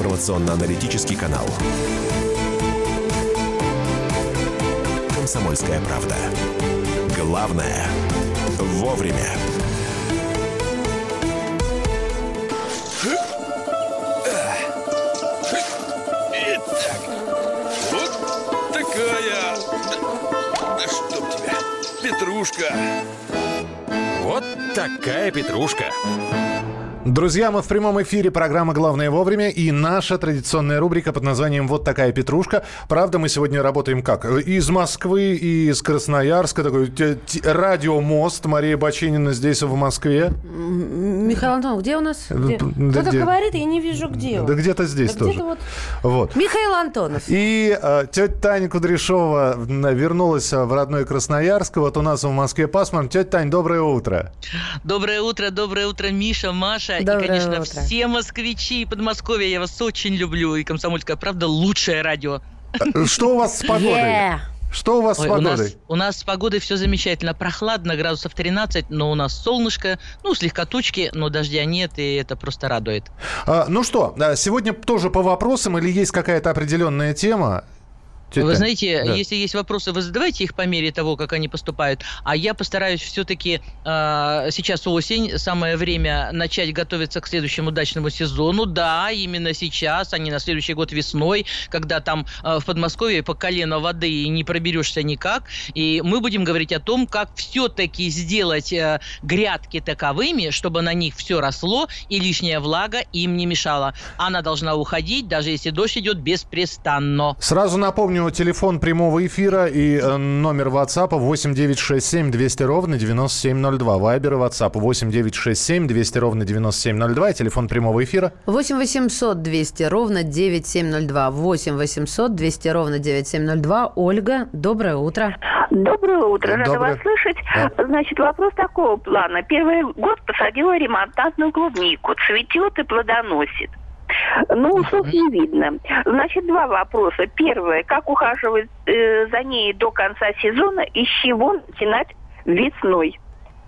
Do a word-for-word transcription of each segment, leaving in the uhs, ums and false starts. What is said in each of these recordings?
информационно-аналитический канал. «Комсомольская правда». Главное – вовремя. Итак, вот такая... Да, да чтоб тебя, петрушка. Вот такая петрушка. Друзья, мы в прямом эфире программы «Главное вовремя» и наша традиционная рубрика под названием «Вот такая петрушка». Правда, мы сегодня работаем как? Из Москвы и из Красноярска. Такой радиомост. Мария Баченина здесь, в Москве. Михаил Антонов, где у нас? Где? Да Кто-то где? говорит, я не вижу, где он. Да где-то здесь да тоже. Где-то вот... Вот. Михаил Антонов. И э, тетя Таня Кудряшова вернулась в родной Красноярск. Вот у нас в Москве пасмурно. Тетя Тань, доброе утро. Доброе утро, доброе утро, Миша, Маша. Доброе и, конечно, утро. все москвичи и Подмосковья. Я вас очень люблю. И «Комсомольская правда» — лучшее радио. Что у вас с погодой? Yeah. Что у вас Ой, с погодой? У нас, у нас с погодой все замечательно. Прохладно, градусов тринадцать, но у нас солнышко, ну, слегка тучки, но дождя нет, и это просто радует. А, ну что, сегодня тоже по вопросам или есть какая-то определенная тема? Тетя Вы Тань, знаете, да. если есть вопросы, вы задавайте их по мере того, как они поступают. А я постараюсь все-таки, э, сейчас осень, самое время начать готовиться к следующему дачному сезону. Да, именно сейчас, а не на следующий год весной, когда там э, в Подмосковье по колено воды и не проберешься никак. И мы будем говорить о том, как все-таки сделать э, грядки таковыми, чтобы на них все росло и лишняя влага им не мешала. Она должна уходить, даже если дождь идет беспрестанно. Сразу напомню, телефон прямого эфира и э, номер WhatsApp восемь девятьсот шестьдесят семь двести ровно девяносто семь ноль два. Вайбер и WhatsApp восемь девятьсот шестьдесят семь двести ровно девяносто семь ноль два. И телефон прямого эфира восемь восемьсот двести ровно девяносто семь ноль два. восемь восемьсот двести ровно девяносто семь ноль два. Ольга, доброе утро. Доброе утро, рада Доброе. вас слышать. Да. Значит, вопрос такого плана. Первый год посадила ремонтантную клубнику, цветет и плодоносит. Ну, усов не видно. Значит, два вопроса. Первое, как ухаживать э, за ней до конца сезона и с чего начинать весной?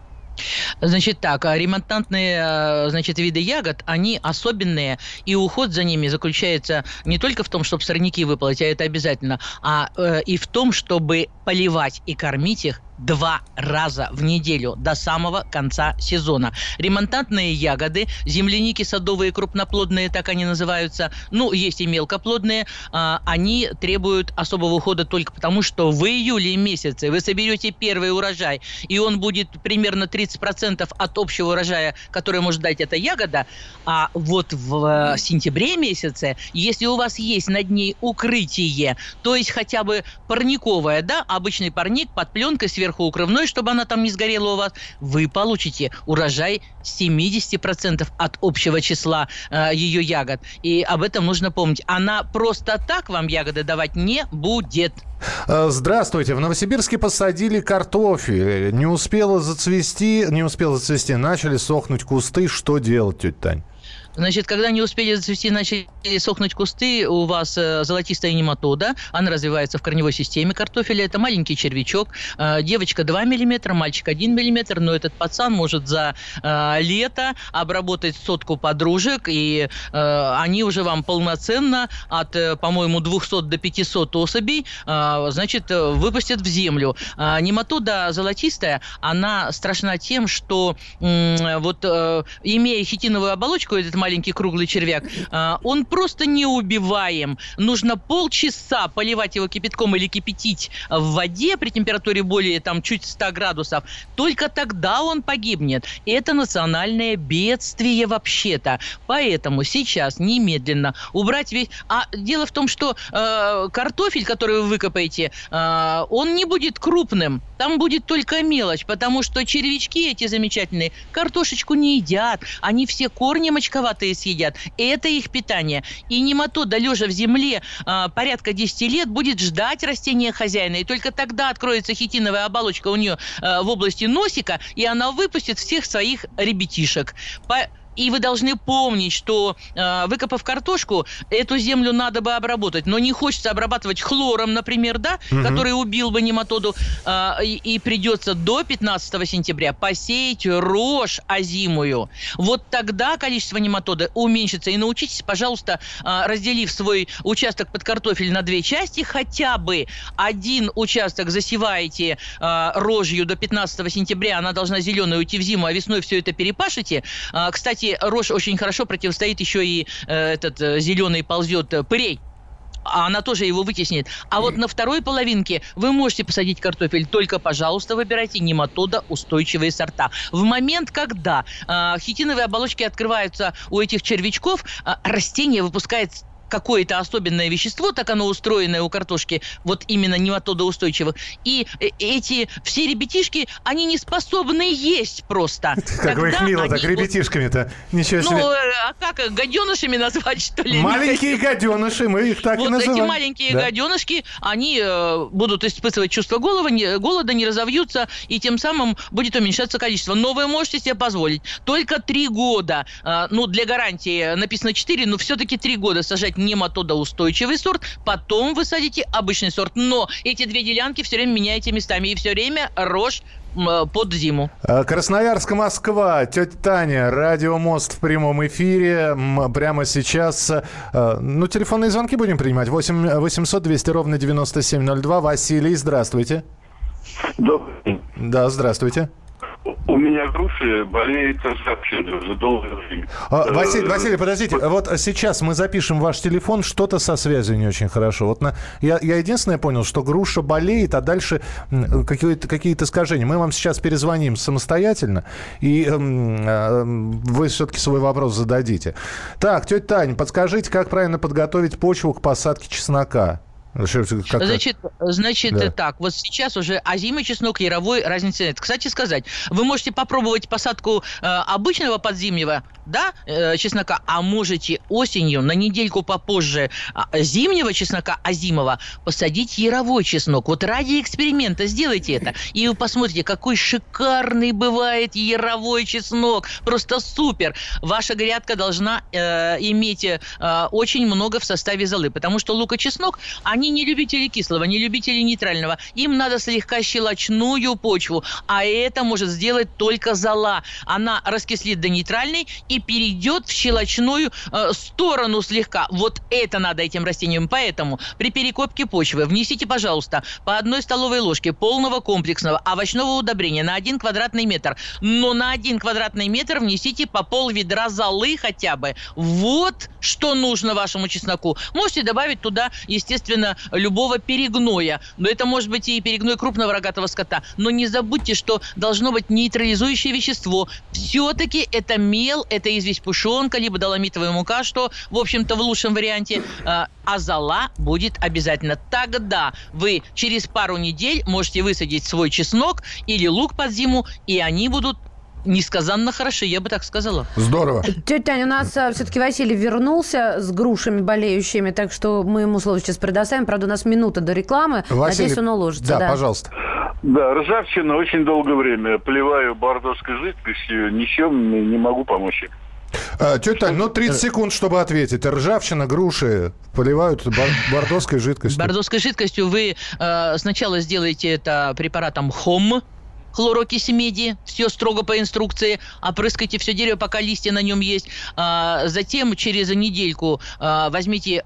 Значит так, ремонтантные, значит, виды ягод, они особенные, и уход за ними заключается не только в том, чтобы сорняки выполоть, а это обязательно, а э, и в том, чтобы поливать и кормить их два раза в неделю до самого конца сезона. Ремонтантные ягоды, земляники садовые, крупноплодные, так они называются, ну, есть и мелкоплодные, э, они требуют особого ухода только потому, что в июле месяце вы соберете первый урожай, и он будет примерно тридцать процентов от общего урожая, который может дать эта ягода, а вот в сентябре месяце, если у вас есть над ней укрытие, то есть хотя бы парниковое, да, обычный парник под пленкой сверху укрывной, чтобы она там не сгорела у вас, вы получите урожай семьдесят процентов от общего числа э, ее ягод. И об этом нужно помнить. Она просто так вам ягоды давать не будет. Здравствуйте. В Новосибирске посадили картофель. Не успела зацвести, не успела зацвести. Начали сохнуть кусты. Что делать, тетя Тань? Значит, когда не успели зацвести, начали сохнуть кусты, у вас э, золотистая нематода, она развивается в корневой системе картофеля, это маленький червячок, э, девочка два миллиметра, мальчик один миллиметр, но этот пацан может за э, лето обработать сотку подружек, и э, они уже вам полноценно от, э, по-моему, двухсот до пятисот особей, э, значит, выпустят в землю. Э, нематода золотистая, она страшна тем, что э, вот э, имея хитиновую оболочку, этот маленький круглый червяк, он просто неубиваем. Нужно полчаса поливать его кипятком или кипятить в воде при температуре более там чуть ста градусов. Только тогда он погибнет. Это национальное бедствие вообще-то. Поэтому сейчас немедленно убрать весь... А дело в том, что э, картофель, который вы выкопаете, э, он не будет крупным. Там будет только мелочь, потому что червячки эти замечательные картошечку не едят. Они все корни мочковатые съедят. Это их питание. И нематода, лежа в земле э, порядка десять лет, будет ждать растения хозяина. И только тогда откроется хитиновая оболочка у нее э, в области носика, и она выпустит всех своих ребятишек. По... И вы должны помнить, что э, выкопав картошку, эту землю надо бы обработать. Но не хочется обрабатывать хлором, например, да, угу. который убил бы нематоду. Э, и, и придется до пятнадцатого сентября посеять рожь озимую. Вот тогда количество нематоды уменьшится. И научитесь, пожалуйста, э, разделив свой участок под картофель на две части, хотя бы один участок засеваете э, рожью до пятнадцатого сентября, она должна зеленая уйти в зиму, а весной все это перепашете. Э, кстати, рожь очень хорошо противостоит еще и э, этот э, зеленый ползет э, пырей. А она тоже его вытеснит. А вот на второй половинке вы можете посадить картофель, только, пожалуйста, выбирайте нематодоустойчивые сорта. В момент, когда э, хитиновые оболочки открываются у этих червячков, э, растение выпускает какое-то особенное вещество, так оно устроенное у картошки, вот именно нематодоустойчивых. И эти все ребятишки, они не способны есть просто. Как вы их мило так, ребятишками-то. Ничего себе. Ну, а как, гаденышами назвать, что ли? Маленькие гаденыши, мы их так и называем. Вот эти маленькие гаденышки, они будут испытывать чувство голода, не разовьются, и тем самым будет уменьшаться количество. Но вы можете себе позволить только три года, ну, для гарантии написано четыре, но все-таки три года сажать нематодоустойчивый сорт, потом вы садите обычный сорт. Но эти две делянки все время меняете местами, и все время рожь под зиму. Красноярск, Москва. Тетя Таня, Радио Мост в прямом эфире. Прямо сейчас, ну, телефонные звонки будем принимать. восемь восемьсот двести ровно девяносто семь ноль два. Василий, здравствуйте. Добрый день. Да, здравствуйте. У меня груши болеет ржавчиной уже долгое время. А, Василий, Василий, подождите. Вот сейчас мы запишем ваш телефон. Что-то со связью не очень хорошо. Вот на, я, я единственное понял, что груша болеет, а дальше какие-то, какие-то искажения. Мы вам сейчас перезвоним самостоятельно, и э, э, вы все-таки свой вопрос зададите. Так, тетя Таня, подскажите, как правильно подготовить почву к посадке чеснока? Как... Значит, значит да. так, вот сейчас уже озимый чеснок, яровой, разницы нет. Кстати сказать, вы можете попробовать посадку э, обычного подзимнего, да, э, чеснока, а можете осенью, на недельку попозже э, зимнего чеснока, озимого, посадить яровой чеснок. Вот ради эксперимента сделайте это, и вы посмотрите, какой шикарный бывает яровой чеснок. Просто супер. Ваша грядка должна э, иметь э, очень много в составе золы, потому что лук и чеснок, они Они не любители кислого, не любители нейтрального. Им надо слегка щелочную почву. А это может сделать только зола. Она раскислит до нейтральной и перейдет в щелочную э, сторону слегка. Вот это надо этим растениям. Поэтому при перекопке почвы внесите, пожалуйста, по одной столовой ложке полного комплексного овощного удобрения на один квадратный метр. Но на один квадратный метр внесите по пол ведра золы хотя бы. Вот что нужно вашему чесноку. Можете добавить туда, естественно, любого перегноя. Но это может быть и перегной крупного рогатого скота. Но не забудьте, что должно быть нейтрализующее вещество. Все-таки это мел, это известь пушонка, либо доломитовая мука, что, в общем-то, в лучшем варианте. А зола будет обязательно. Тогда вы через пару недель можете высадить свой чеснок или лук под зиму, и они будут несказанно хороши, я бы так сказала. Здорово. Тетя Таня, у нас а, все-таки Василий вернулся с грушами болеющими, так что мы ему слово сейчас предоставим. Правда, у нас минута до рекламы. Василий, надеюсь, он уложится. Да, да, пожалуйста. Да, ржавчина очень долгое время. Поливаю бордоской жидкостью, ничем не могу помочь. А, тетя Таня, ну тридцать секунд, чтобы ответить. Ржавчина, груши поливают бордоской жидкостью. Бордоской жидкостью вы э, сначала сделаете это препаратом ХОМ, хлорокись меди, все строго по инструкции, опрыскайте все дерево, пока листья на нем есть. А, затем через недельку а, возьмите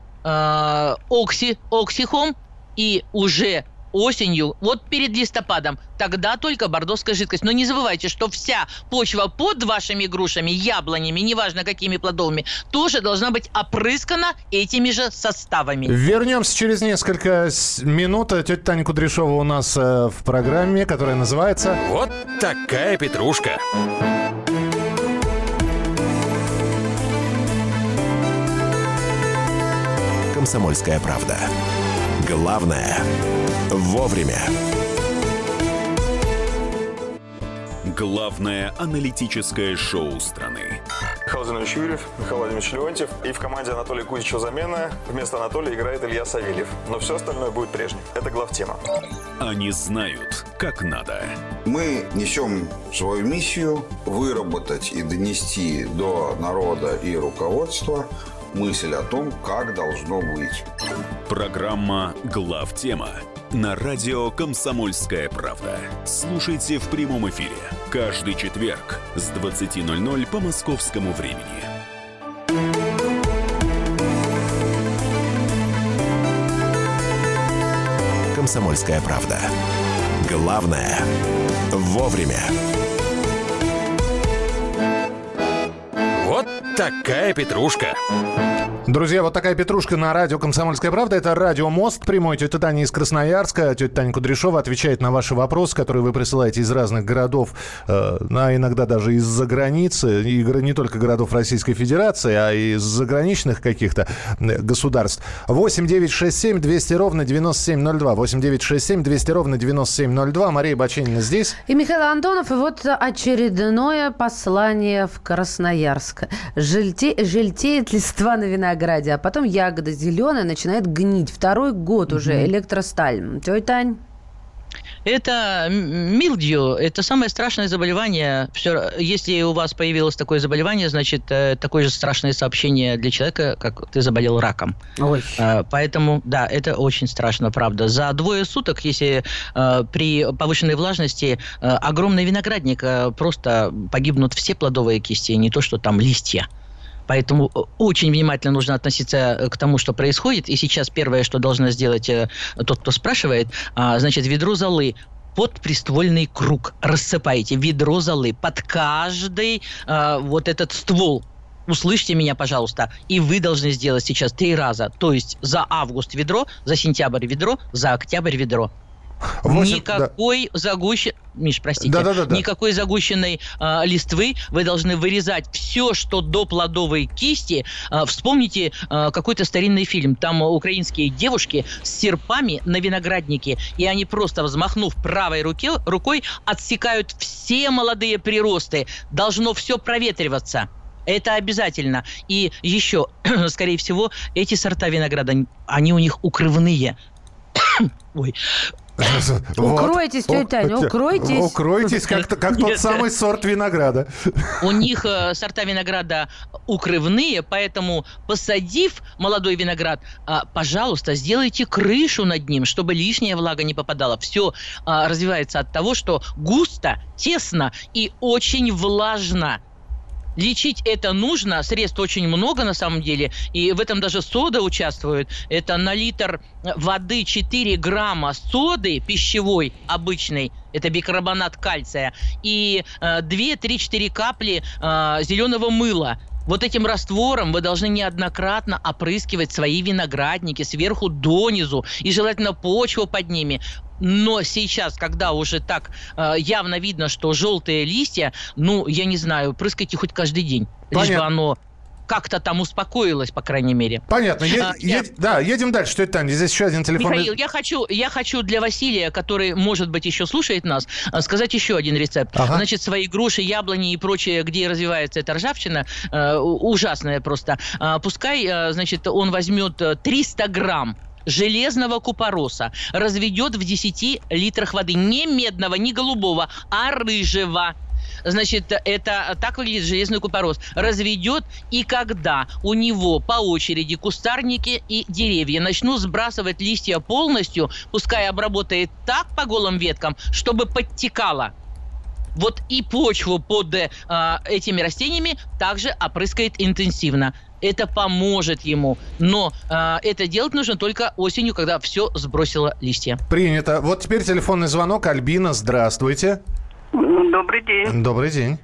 а, окси, оксихом, и уже осенью, вот перед листопадом, тогда только бордоская жидкость. Но не забывайте, что вся почва под вашими грушами, яблонями, неважно какими плодовыми, тоже должна быть опрыскана этими же составами. Вернемся через несколько минут. Тетя Таня Кудряшова у нас э, в программе, которая называется «Вот такая петрушка». «Комсомольская правда». Главное – вовремя. Главное аналитическое шоу страны. Михаил Зинович Юрьев, Михаил Владимирович Леонтьев. И в команде Анатолия Кузичева замена. Вместо Анатолия играет Илья Савельев. Но все остальное будет прежним. Это главтема. Они знают, как надо. Мы несем свою миссию выработать и донести до народа и руководства мысль о том, как должно быть. Программа «Главтема» на радио «Комсомольская правда». Слушайте в прямом эфире каждый четверг с двадцати ноль-ноль по московскому времени. «Комсомольская правда». Главное – вовремя. Вот такая петрушка. Друзья, вот такая петрушка на радио «Комсомольская правда». Это радио «Мост» прямой. Тетя Таня из Красноярска. Тетя Таня Кудряшова отвечает на ваши вопросы, которые вы присылаете из разных городов, э, а иногда даже из-за границы. И не только городов Российской Федерации, а и из заграничных каких-то государств. восемь девятьсот шестьдесят семь двести ровно девяносто семь ноль два. восемь девятьсот шестьдесят семь двести ровно девяносто семь ноль два. Мария Баченина здесь. И Михаил Антонов. И вот очередное послание в Красноярск. Жильте... Желтеет листва на винограде. А потом ягода зеленая начинает гнить. Второй год уже mm-hmm. электросталь. Тетя Тань? Это милдью, это самое страшное заболевание. Все, если у вас появилось такое заболевание, значит, такое же страшное сообщение для человека, как ты заболел раком. Ой. Поэтому, да, это очень страшно, правда. За двое суток, если при повышенной влажности огромный виноградник, просто погибнут все плодовые кисти, не то, что там листья. Поэтому очень внимательно нужно относиться к тому, что происходит. И сейчас первое, что должен сделать э, тот, кто спрашивает, э, значит, ведро золы под приствольный круг рассыпаете. Ведро золы под каждый э, вот этот ствол. Услышьте меня, пожалуйста. И вы должны сделать сейчас три раза. То есть за август ведро, за сентябрь ведро, за октябрь ведро. восемь, никакой да. загущенной, Миш, простите, да, да, да, да. никакой загущенной э, листвы. Вы должны вырезать все, что до плодовой кисти. Э, вспомните э, какой-то старинный фильм. Там украинские девушки с серпами на винограднике, и они просто, взмахнув правой руке, рукой, отсекают все молодые приросты. Должно все проветриваться. Это обязательно. И еще, скорее всего, эти сорта винограда, они у них укрывные. Ой. Вот. Укройтесь, тетя Таня, укройтесь. Укройтесь, как, как тот самый сорт винограда. У них э, сорта винограда укрывные, поэтому, посадив молодой виноград, э, пожалуйста, сделайте крышу над ним, чтобы лишняя влага не попадала. Все э, развивается от того, что густо, тесно и очень влажно. Лечить это нужно, средств очень много на самом деле, и в этом даже сода участвует. Это на литр воды четыре грамма соды пищевой обычной, это бикарбонат кальция, и э, два-три-четыре капли э, зеленого мыла. Вот этим раствором вы должны неоднократно опрыскивать свои виноградники сверху донизу, и желательно почву под ними. Но сейчас, когда уже так э, явно видно, что желтые листья, ну, я не знаю, прыскайте хоть каждый день. Понятно. Лишь бы оно как-то там успокоилось, по крайней мере. Понятно. Е- а, е- я... Да, едем дальше. Тетя Таня, здесь еще один телефон. Михаил, я хочу, я хочу для Василия, который, может быть, еще слушает нас, сказать еще один рецепт. Ага. Значит, свои груши, яблони и прочее, где развивается эта ржавчина, э, ужасная просто. Э, пускай, э, значит, он возьмет триста грамм железного купороса, разведет в десяти литрах воды. Не медного, не голубого, а рыжего. Значит, это так выглядит железный купорос. Разведет, и когда у него по очереди кустарники и деревья начнут сбрасывать листья полностью, пускай обработает так по голым веткам, чтобы подтекало. Вот и почву под э, этими растениями также опрыскает интенсивно. Это поможет ему. Но э, это делать нужно только осенью, когда все сбросило листья. Принято. Вот теперь телефонный звонок. Альбина, здравствуйте. Добрый день. Добрый день.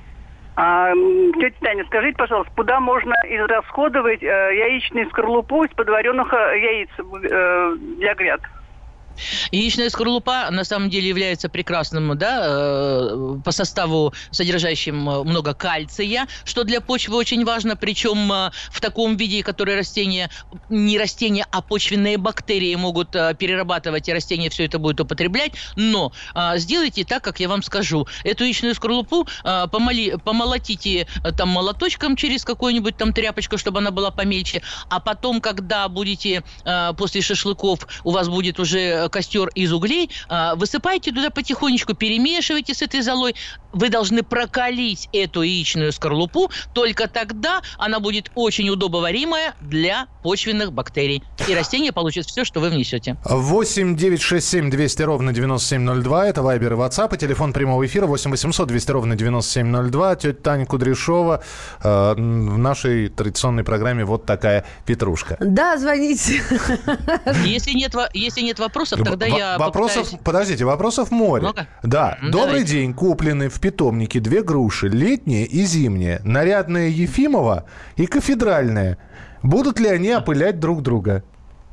А, тетя Таня, скажите, пожалуйста, куда можно израсходовать э, яичную скорлупу из подваренных яиц э, для гряд? Яичная скорлупа на самом деле является прекрасным, да, по составу содержащим много кальция, что для почвы очень важно, причем в таком виде, который растения, не растения, а почвенные бактерии могут перерабатывать, и растения все это будут употреблять. Но сделайте так, как я вам скажу. Эту яичную скорлупу помоли, помолотите там молоточком через какую-нибудь там тряпочку, чтобы она была помельче, а потом, когда будете после шашлыков, у вас будет уже костер из углей, высыпайте туда потихонечку, перемешивайте с этой золой. Вы должны прокалить эту яичную скорлупу, только тогда она будет очень удобоваримая для почвенных бактерий. И растения получат все, что вы внесете. восемь девятьсот шестьдесят семь двести ровно девяносто семь ноль два. Это Вайбер и Ватсап. И телефон прямого эфира восемь восемьсот двести ровно девяносто семь ноль два. Тетя Таня Кудряшова э, в нашей традиционной программе «Вот такая петрушка». Да, звоните. Если нет, если нет вопросов, тогда В- я Вопросов, попытаюсь... подождите, вопросов море. Много? Да. Ну, Добрый давайте. день. Куплены в питомнике две груши. Летняя и зимняя. Нарядная Ефимова и кафедральная. Будут ли они опылять друг друга?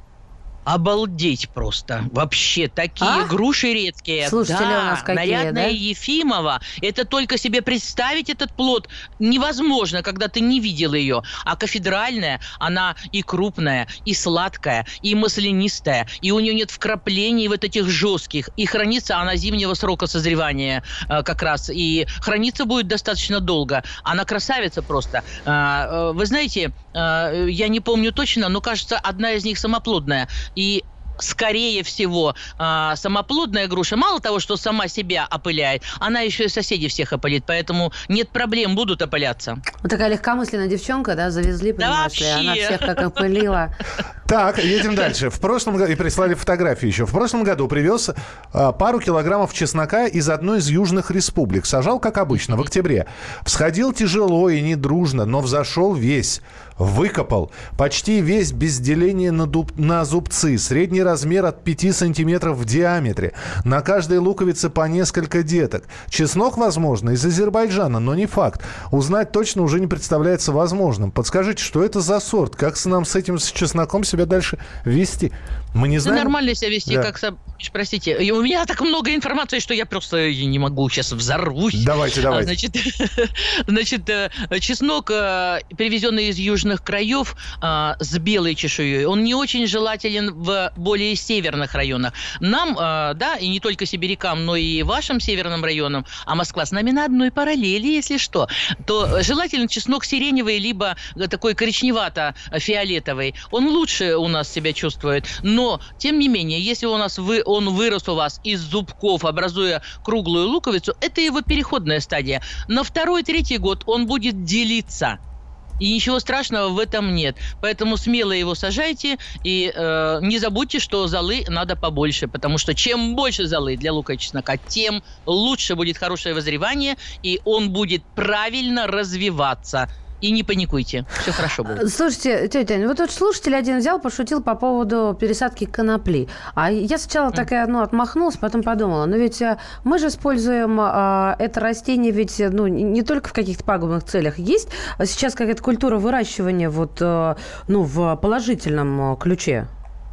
Обалдеть просто. Вообще, такие А? груши редкие. Слушатели да, у нас какие, нарядная да? Ефимова. Это только себе представить этот плод невозможно, когда ты не видел ее. А кафедральная, она и крупная, и сладкая, и маслянистая, и у нее нет вкраплений вот этих жестких. И хранится она зимнего срока созревания э, как раз. И храниться будет достаточно долго. Она красавица просто. Э, э, вы знаете, э, я не помню точно, но, кажется, одна из них самоплодная. И скорее всего, э, самоплодная груша, мало того, что сама себя опыляет, она еще и соседей всех опылит, поэтому нет проблем, будут опыляться. Вот такая легкомысленная девчонка, да, завезли, понимаешь ли, вообще. она всех как опылила. Так, едем дальше. В прошлом году, и прислали фотографии еще, в прошлом году привез а, пару килограммов чеснока из одной из южных республик. Сажал, как обычно, в октябре. Всходил тяжело и недружно, но взошел весь. Выкопал. Почти весь без деления на, дуб, на зубцы. Средний размер от пяти сантиметров в диаметре. На каждой луковице по несколько деток. Чеснок, возможно, из Азербайджана, но не факт. Узнать точно уже не представляется возможным. Подскажите, что это за сорт? Как с нам с этим с чесноком себя дальше вести? Мы не знаем. Ну, нормально себя вести, Да. как... со- Простите, и у меня так много информации, что я просто не могу, сейчас взорвусь. Давайте, давайте. А, Значит, значит, э, чеснок, э, привезенный из южных краев э, с белой чешуей, он не очень желателен в более северных районах. Нам, э, да, и не только сибирякам, но и вашим северным районам, а Москва с нами на одной параллели, если что, то желательно чеснок сиреневый, либо такой коричневато-фиолетовый. Он лучше у нас себя чувствует. Но, тем не менее, если у нас вы, он вырос у вас из зубков, образуя круглую луковицу, это его переходная стадия. На второй-третий год он будет делиться. И ничего страшного в этом нет. Поэтому смело его сажайте. И э, не забудьте, что золы надо побольше. Потому что чем больше золы для лука и чеснока, тем лучше будет хорошее вызревание. И он будет правильно развиваться. И не паникуйте, все хорошо будет. Слушайте, тетя Таня, вот тут слушатель один взял, пошутил по поводу пересадки конопли. А я сначала такая, ну, отмахнулась, потом подумала, но ведь а, мы же используем а, это растение ведь, ну, не только в каких-то пагубных целях. Есть сейчас какая-то культура выращивания вот, а, ну, в положительном ключе?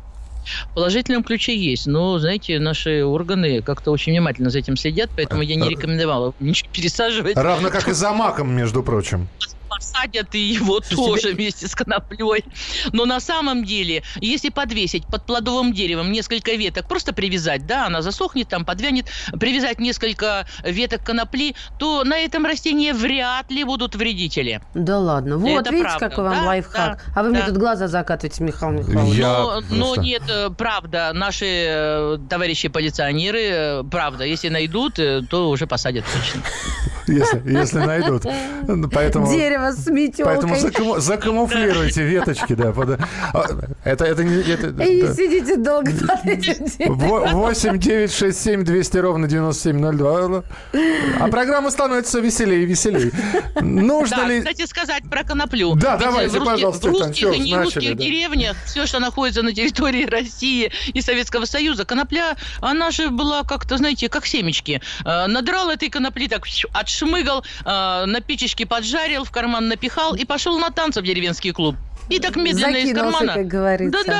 В положительном ключе есть, но, знаете, наши органы как-то очень внимательно за этим следят, поэтому я не рекомендовала ничего пересаживать. Равно как и за маком, между прочим. Посадят и его тоже вместе с коноплей. Но на самом деле, если подвесить под плодовым деревом несколько веток, просто привязать, да, она засохнет, там подвянет, привязать несколько веток конопли, то на этом растении вряд ли будут вредители. Да ладно. Вот, Это видите, правда. какой вам Да, лайфхак. да, а вы мне да. тут глаза закатываете, Михаил Михайлович. Я Но, но просто- нет, э, правда, наши э, товарищи полиционеры, э, правда, если найдут, э, то уже посадят точно. Если, если найдут. Поэтому, Дерево с метелкой. поэтому закаму- закамуфлируйте веточки, да. под- А, Это, это не... это- И не да. сидите долго под этим деревом. Во- восемь девятьсот шестьдесят семь двести ровно девяносто семь ноль два. А программа становится все веселее и веселее. Нужно Да, ли... кстати, сказать про коноплю. Да, Ведь давайте, в русских, пожалуйста, в Тань, русских чё и ж не начали, русских да. деревнях, все, что находится на территории России и Советского Союза, конопля, она же была как-то, знаете, как семечки. Э, надрал этой конопли, так отшмыгал, э, на печечке поджарил, в карман напихал и пошел на танцы в деревенский клуб. И так медленно из Закинулся, кармана. как говорится. Да-да.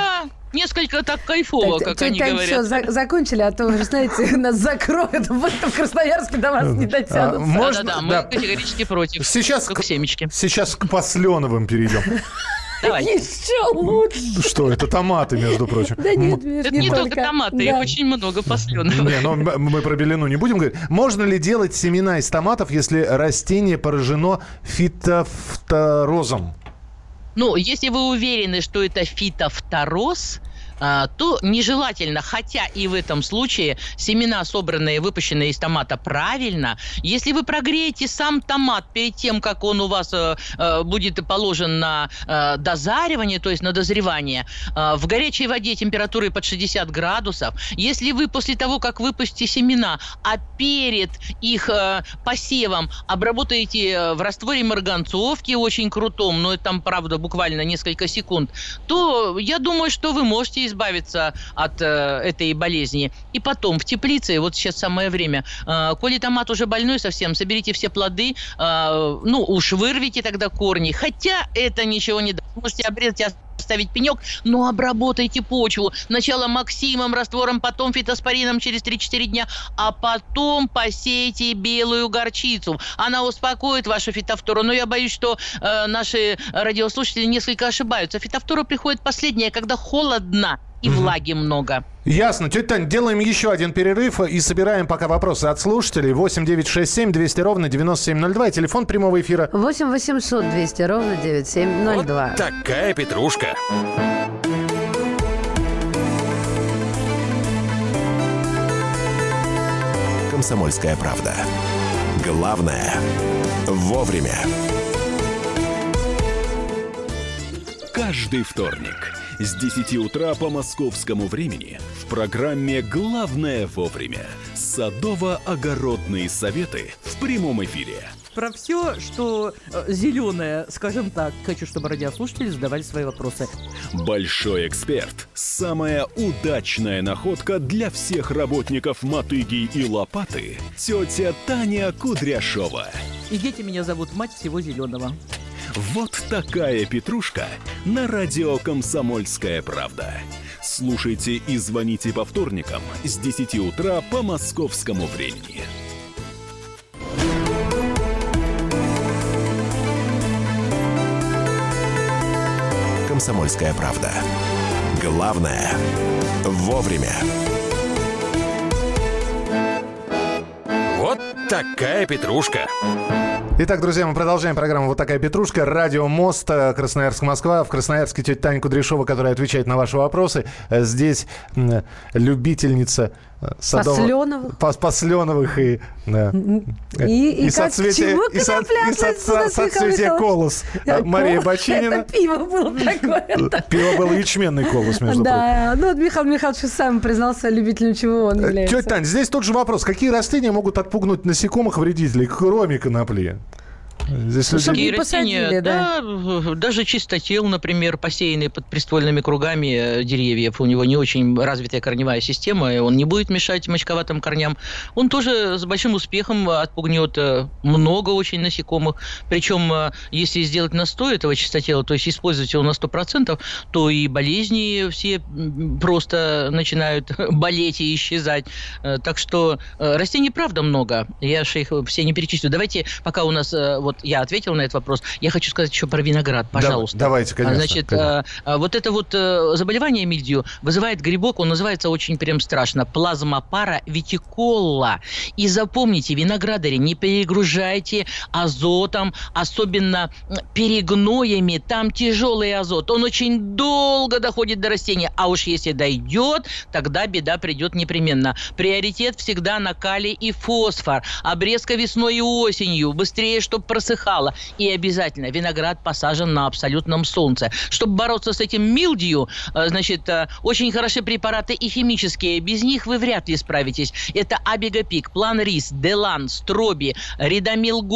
несколько так кайфово, так, как тетя они Тань, говорят. все, за- закончили, а то, вы же знаете, нас закроют. В этом Красноярске до вас не дотянутся. Можно- Да-да-да, мы да. категорически против. Сейчас Как к- семечки. Сейчас к Посленовым перейдем. Давай. Еще лучше. Что, это томаты, между прочим. Да нет, Миш, Это не только томаты, их Да. очень много посленов. Не, ну м- мы про белину не будем говорить. Можно ли делать семена из томатов, если растение поражено фитофторозом? Ну, если вы уверены, что это фитофтороз, а, то нежелательно, хотя и в этом случае семена, собранные, выпущенные из томата, правильно. Если вы прогреете сам томат перед тем, как он у вас э, э, будет положен на э, дозаривание, то есть на дозревание, э, в горячей воде температурой под шестьдесят градусов, если вы после того, как выпустите семена, а перед их э, посевом обработаете э, в растворе марганцовки очень крутом, но это там, правда, буквально несколько секунд, то я думаю, что вы можете избавиться от э, этой болезни. И потом в теплице, вот сейчас самое время, э, коли томат уже больной совсем, соберите все плоды, э, ну уж вырвите тогда корни, хотя это ничего не даст. Можете обрезать, оставить пенек, но обработайте почву. Сначала максимом, раствором, потом фитоспорином через три-четыре дня, а потом посейте белую горчицу. Она успокоит вашу фитофтору. Но я боюсь, что э, наши радиослушатели несколько ошибаются. Фитофтора приходит последняя, когда холодно и влаги много. Ясно. Тетя Тань, делаем еще один перерыв и собираем пока вопросы от слушателей. восемь девятьсот шестьдесят семь двести ровно девяносто семь ноль два и телефон прямого эфира. восемь восемьсот двести ровно девяносто семь ноль два. Вот такая петрушка. «Комсомольская правда». Главное – вовремя. Каждый вторник с десяти утра по московскому времени в программе «Главное вовремя» садово-огородные советы в прямом эфире. Про все, что э, зеленое, скажем так, хочу, чтобы радиослушатели задавали свои вопросы. Большой эксперт. Самая удачная находка для всех работников мотыги и лопаты. Тетя Таня Кудряшова. И дети меня зовут мать всего зеленого. Вот такая петрушка на радио «Комсомольская правда». Слушайте и звоните по вторникам с десяти утра по московскому времени. «Комсомольская правда». Главное – вовремя. Вот такая петрушка. Итак, друзья, мы продолжаем программу «Вот такая петрушка». Радио Мост, Красноярск, Москва. В Красноярске тетя Таня Кудряшова, которая отвечает на ваши вопросы. Здесь м, любительница садовых... Посленовых. Пос, посленовых и... Да. И, и, и как соцветия, к чему и, со, и со, конопля со, соцветия колос. Мария Бочинина. Это пиво было такое. Пиво был ячменный колос, между прочим. Да, ну вот Михаил Михайлович сам признался любителем, чего он является. Тетя Тань, здесь тот же вопрос. Какие растения могут отпугнуть насекомых-вредителей, кроме конопли? Здесь люди... Такие не растения, посадили, да. да, даже чистотел, например, посеянный под приствольными кругами деревьев, у него не очень развитая корневая система, и он не будет мешать мочковатым корням. Он тоже с большим успехом отпугнет много очень насекомых. Причем, если сделать настой этого чистотела, то есть использовать его на сто процентов, то и болезни все просто начинают болеть и исчезать. Так что растений, правда, много. Я же их все не перечислю. Давайте, пока у нас... Вот я ответил на этот вопрос. Я хочу сказать еще про виноград, пожалуйста. Да, давайте, конечно. Значит, конечно. А, вот это вот а, заболевание мильдию вызывает грибок, он называется очень прям страшно. Плазмопара витикола. И запомните, виноградари, не перегружайте азотом, особенно перегноями. Там тяжелый азот. Он очень долго доходит до растения. А уж если дойдет, тогда беда придет непременно. Приоритет всегда на калий и фосфор. Обрезка весной и осенью. Быстрее, чтобы просыхало. И обязательно виноград посажен на абсолютном солнце. Чтобы бороться с этим милдью, значит, очень хороши препараты и химические. Без них вы вряд ли справитесь. Это Абигапик, План Рис, Делан, Строби, Ридамил Голд.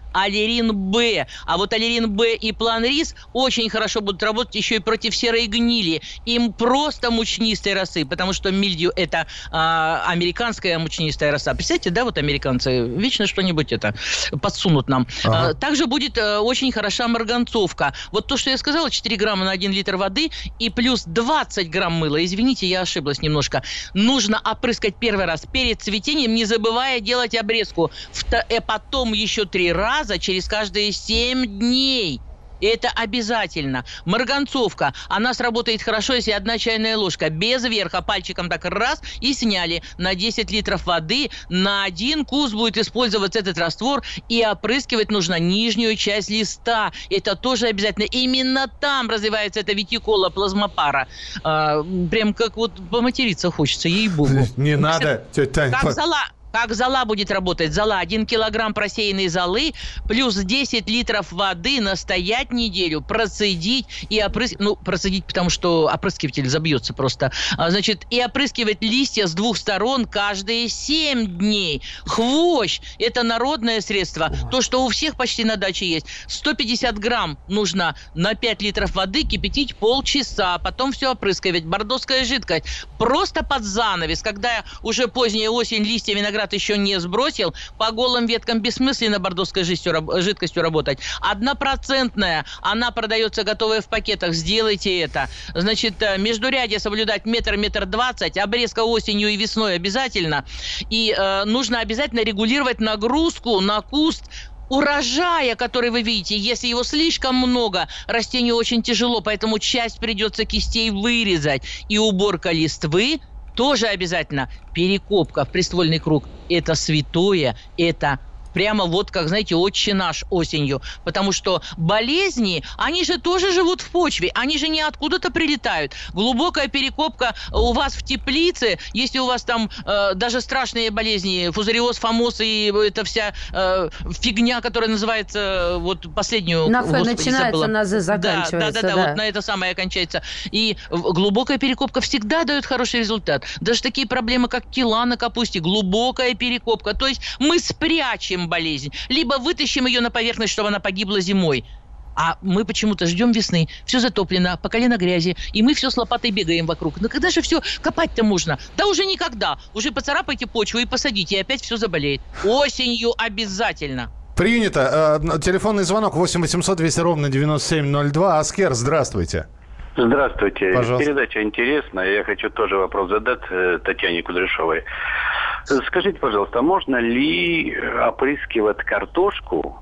аллерин Б. А вот аллерин Б и план-рис очень хорошо будут работать еще и против серой гнили. Им просто мучнистой росы, потому что мильдью – это а, американская мучнистая роса. Представляете, да, вот американцы вечно что-нибудь это подсунут нам. Ага. А, также будет а, очень хороша марганцовка. Вот то, что я сказала, четыре грамма на один литр воды и плюс двадцать грамм мыла. Извините, я ошиблась немножко. Нужно опрыскать первый раз перед цветением, не забывая делать обрезку. И потом еще три раза через каждые семь дней. Это обязательно. Марганцовка. Она сработает хорошо, если одна чайная ложка. Без верха. Пальчиком так раз и сняли. На десять литров воды на один кус будет использоваться этот раствор. И опрыскивать нужно нижнюю часть листа. Это тоже обязательно. Именно там развивается эта витикола плазмопара. А, прям как вот поматериться хочется, ей-богу. Не надо, тетя Тань. Как зола. Как зола будет работать? Зола. один килограмм просеянной золы плюс десять литров воды, настоять неделю, процедить и опрыскивать. Ну, процедить, потому что опрыскиватель забьется просто. А, значит, и опрыскивать листья с двух сторон каждые семь дней. Хвощ – это народное средство. То, что у всех почти на даче есть. сто пятьдесят грамм нужно на пять литров воды кипятить полчаса. Потом все опрыскивать. Бордоская жидкость. Просто под занавес. Когда уже поздняя осень, листья винограда еще не сбросил, по голым веткам бессмысленно бордоской жидкостью работать. Однопроцентная, она продается готовая в пакетах, сделайте это. Значит, междурядье соблюдать метр, метр двадцать, обрезка осенью и весной обязательно. И э, нужно обязательно регулировать нагрузку на куст урожая, который вы видите. Если его слишком много, растению очень тяжело, поэтому часть придется кистей вырезать. И уборка листвы тоже обязательно. Перекопка в приствольный круг – это святое, это прямо вот, как, знаете, отче наш осенью. Потому что болезни, они же тоже живут в почве, они же не откуда-то прилетают. Глубокая перекопка у вас в теплице, если у вас там э, даже страшные болезни, фузариоз, фомоз и эта вся э, фигня, которая называется, вот последнюю... На Ф господи, начинается, забыла. на З заканчивается. Да, да, да, да, да, вот на это самое кончается. И глубокая перекопка всегда дает хороший результат. Даже такие проблемы, как кила на капусте, глубокая перекопка. То есть мы спрячем болезнь, либо вытащим ее на поверхность, чтобы она погибла зимой. А мы почему-то ждем весны, все затоплено, по колено грязи, и мы все с лопатой бегаем вокруг. Но когда же все копать-то можно? Да уже никогда. Уже поцарапайте почву и посадите, и опять все заболеет. Осенью обязательно. Принято. Телефонный звонок восемь восемьсот двести ровно девяносто семь ноль два. Аскер, здравствуйте. Здравствуйте. Пожалуйста. Передача интересная. Я хочу тоже вопрос задать Татьяне Кудряшовой. Скажите, пожалуйста, можно ли опрыскивать картошку,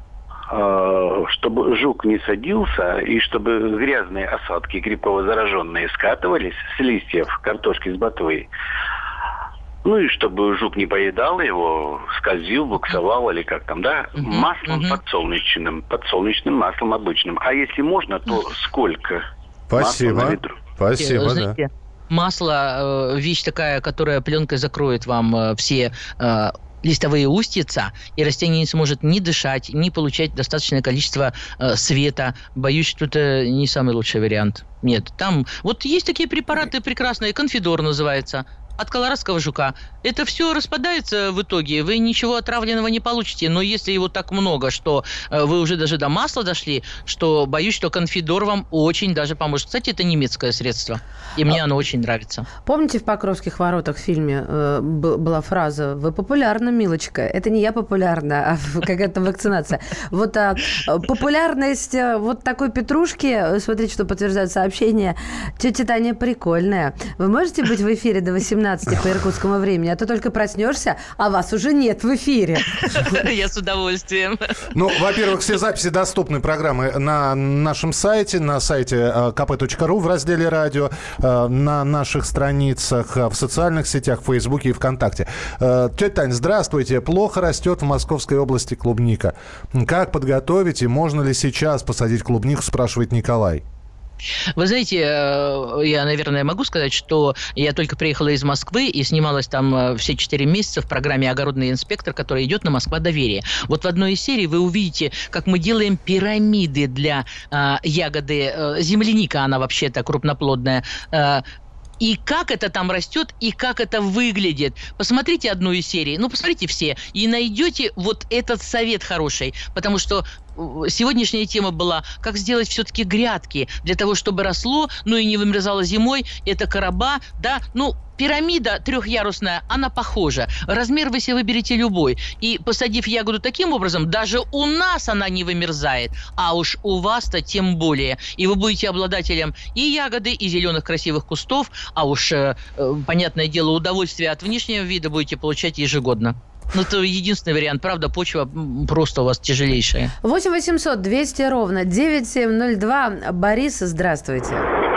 чтобы жук не садился и чтобы грязные осадки грибково-зараженные скатывались с листьев картошки с ботвы? Ну и чтобы жук не поедал его, скользил, буксовал или как там, да? Uh-huh, маслом uh-huh. подсолнечным, подсолнечным маслом обычным. А если можно, то сколько? Спасибо. Спасибо, знаете, да. Масло э, вещь такая, которая пленкой закроет вам э, все э, листовые устьица, и растение не сможет ни дышать, ни получать достаточное количество э, света. Боюсь, что это не самый лучший вариант. Нет, там вот есть такие препараты прекрасные, конфидор называется, от колорадского жука. Это все распадается в итоге, вы ничего отравленного не получите. Но если его так много, что э, вы уже даже до масла дошли, что боюсь, что конфидор вам очень даже поможет. Кстати, это немецкое средство, и мне а... оно очень нравится. Помните, в «Покровских воротах» в фильме э, была фраза «Вы популярна, милочка». Это не я популярна, а какая-то вакцинация. Вот популярность вот такой петрушки, смотрите, что подтверждает сообщение, тетя Таня прикольная. Вы можете быть в эфире до восемнадцати по иркутскому времени, а то только проснешься, а вас уже нет в эфире. Я с удовольствием. Ну, во-первых, все записи доступны программы на нашем сайте, на сайте ка пэ точка ру в разделе «Радио», на наших страницах в социальных сетях, в Фейсбуке и ВКонтакте. Тетя Тань, здравствуйте. Плохо растет в Московской области клубника. Как подготовить и можно ли сейчас посадить клубнику, спрашивает Николай. Вы знаете, я, наверное, могу сказать, что я только приехала из Москвы и снималась там все четыре месяца в программе «Огородный инспектор», которая идет на «Москва. Доверие». Вот в одной из серий вы увидите, как мы делаем пирамиды для э, ягоды. Э, земляника, она вообще-то крупноплодная. Э, и как это там растет, и как это выглядит. Посмотрите одну из серий, ну, посмотрите все, и найдете вот этот совет хороший, потому что сегодняшняя тема была, как сделать все-таки грядки для того, чтобы росло, ну и не вымерзало зимой. Это короба, да, ну, пирамида трехярусная, она похожа. Размер вы себе выберете любой. И посадив ягоду таким образом, даже у нас она не вымерзает, а уж у вас-то тем более. И вы будете обладателем и ягоды, и зеленых красивых кустов, а уж, э, понятное дело, удовольствие от внешнего вида будете получать ежегодно. Ну, это единственный вариант. Правда, почва просто у вас тяжелейшая. восемь восемьсот двести ровно девять семь ноль два. Борис, здравствуйте.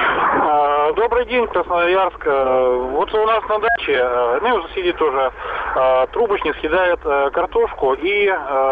Добрый день, Красноярск. Вот у нас на даче, ну и у соседей тоже, трубочник съедает картошку и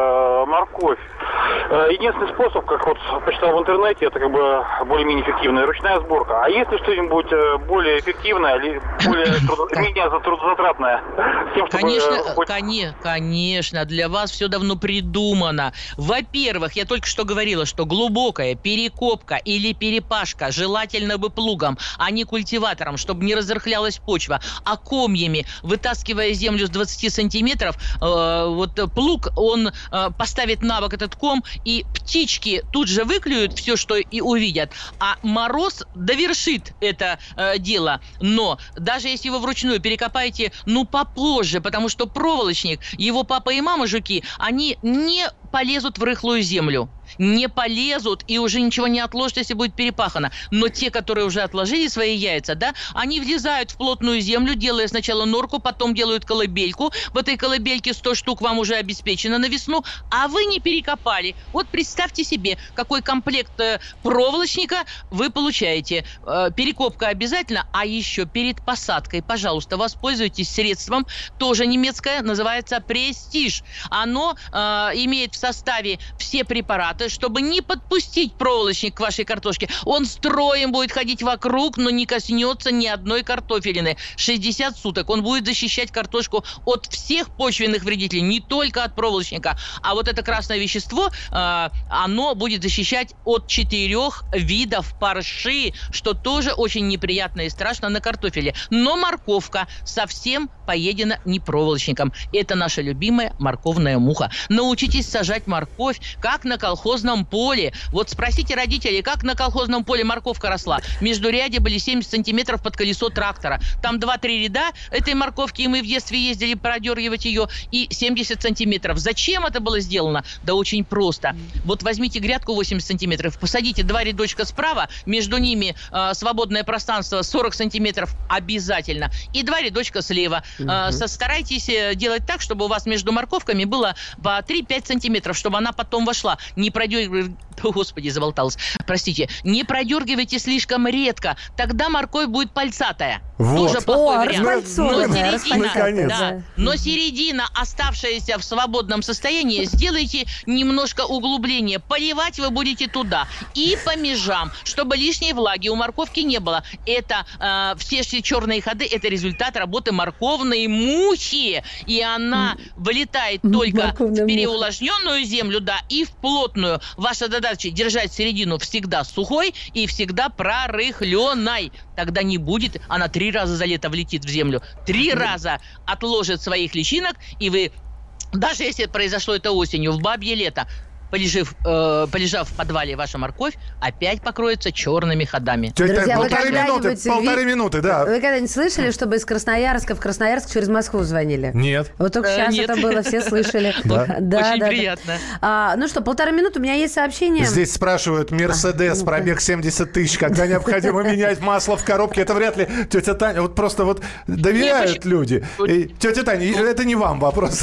морковь. Единственный способ, как вот почитал в интернете, это как бы более-менее эффективная ручная сборка. А есть ли что-нибудь более эффективное, или более менее трудозатратное? Тем, чтобы конечно, хоть... конечно, конечно, для вас все давно придумано. Во-первых, я только что говорила, что глубокая перекопка или перепашка желательно бы плугом, а не культиватором, чтобы не разрыхлялась почва, а комьями, вытаскивая землю с двадцати сантиметров, э, вот плуг, он э, поставит на бок этот ком, и птички тут же выклюют все, что и увидят, а мороз довершит это э, дело. Но даже если вы вручную перекопаете, ну, попозже, потому что проволочник, его папа и мама жуки, они не полезут в рыхлую землю. Не полезут и уже ничего не отложат, если будет перепахано. Но те, которые уже отложили свои яйца, да, они влезают в плотную землю, делая сначала норку, потом делают колыбельку. В этой колыбельке сто штук вам уже обеспечено на весну, а вы не перекопали. Вот представьте себе, какой комплект э, проволочника вы получаете. Э, перекопка обязательно, а еще перед посадкой, пожалуйста, воспользуйтесь средством, тоже немецкое, называется «Престиж». Оно э, имеет в составе все препараты, чтобы не подпустить проволочник к вашей картошке. Он строем будет ходить вокруг, но не коснется ни одной картофелины. шестьдесят суток он будет защищать картошку от всех почвенных вредителей, не только от проволочника. А вот это красное вещество, э, оно будет защищать от четырех видов парши, что тоже очень неприятно и страшно на картофеле. Но морковка совсем поедена не проволочником. Это наша любимая морковная муха. Научитесь сажать морковь, как на колхозном поле. Вот спросите родителей, как на колхозном поле морковка росла. Междурядья были семьдесят сантиметров под колесо трактора. Там два-три ряда этой морковки, и мы в детстве ездили продергивать ее, и семьдесят сантиметров. Зачем это было сделано? Да очень просто. Вот возьмите грядку восемьдесят сантиметров, посадите два рядочка справа, между ними э, свободное пространство сорок сантиметров обязательно, и два рядочка слева. Э, старайтесь делать так, чтобы у вас между морковками было по три-пять сантиметров, чтобы она потом вошла. Не продергивайте, о, господи, заболталась, простите, не продергивайте слишком редко, тогда морковь будет пальцатая. Вот. Тоже плохой О, вариант. Но середина, да, но середина, оставшаяся в свободном состоянии, сделайте немножко углубление. Поливать вы будете туда и по межам, чтобы лишней влаги у морковки не было. Это э, все черные ходы, это результат работы морковной мухи. И она вылетает только Морковная в переувлажненную муха. землю, да, и в плотную. Ваша задача держать середину всегда сухой и всегда прорыхленной. Тогда не будет, она три раза за лето влетит в землю, три раза отложит своих личинок, и вы, даже если произошло это осенью, в бабье лето, Полежав, э, полежав в подвале, ваша морковь опять покроется черными ходами. Друзья, полторы минуты, полторы ви... минуты, да. Вы когда-нибудь слышали, чтобы из Красноярска в Красноярск через Москву звонили? Нет. Вот только сейчас это было, все слышали. Очень приятно. Ну что, полторы минуты, у меня есть сообщение. Здесь спрашивают, Мерседес, пробег семьдесят тысяч, когда необходимо менять масло в коробке. Это вряд ли тетя Таня, вот просто вот доверяют люди. Тетя Таня, это не вам вопрос.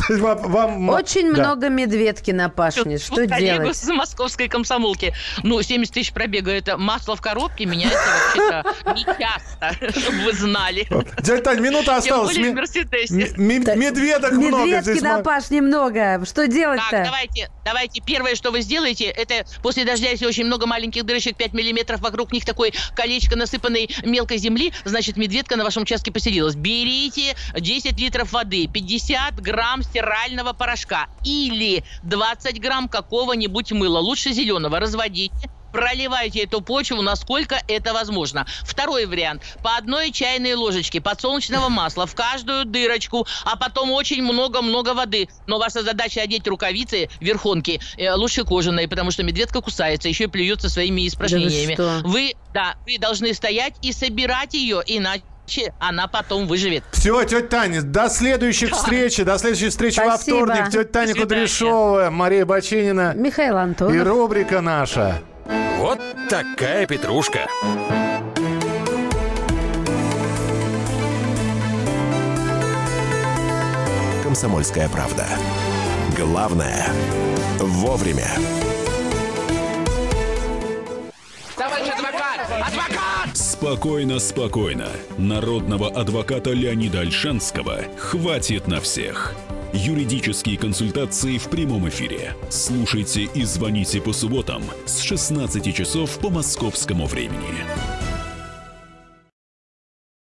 Очень много медведки на пашне. Что делать? Коллегу с московской комсомолки. Ну, семьдесят тысяч пробега, это масло в коробке меняется вообще-то не часто, чтобы вы знали. Дядя Тань, минута осталась. Тем более в Мерседесе. Медведок много здесь. Медведки на пашне много. Что делать-то? Так, давайте, давайте. Первое, что вы сделаете, это после дождя, если очень много маленьких дырочек, пять миллиметров, вокруг них такое колечко насыпанной мелкой земли, значит, медведка на вашем участке поселилась. Берите десять литров воды, пятьдесят грамм стирального порошка или двадцать грамм какого-нибудь мыла, лучше зеленого, разводите, проливайте эту почву, насколько это возможно. Второй вариант. По одной чайной ложечке подсолнечного масла в каждую дырочку, а потом очень много-много воды. Но ваша задача одеть рукавицы, верхонки, э, лучше кожаные, потому что медведка кусается, еще и плюется своими испражнениями. Да вы, вы, да, вы должны стоять и собирать ее, иначе она потом выживет. Все, тетя Таня, до следующих Да. встреч. До следующей встречи Спасибо. во вторник. Тетя Таня Кудряшова, Мария Баченина Михаил Антонов. и рубрика наша. Вот такая петрушка. «Комсомольская правда». Главное – вовремя. Товарищ адвокат! Адвокат! Спокойно, спокойно. Народного адвоката Леонида Ольшанского хватит на всех. Юридические консультации в прямом эфире. Слушайте и звоните по субботам с шестнадцати часов по московскому времени.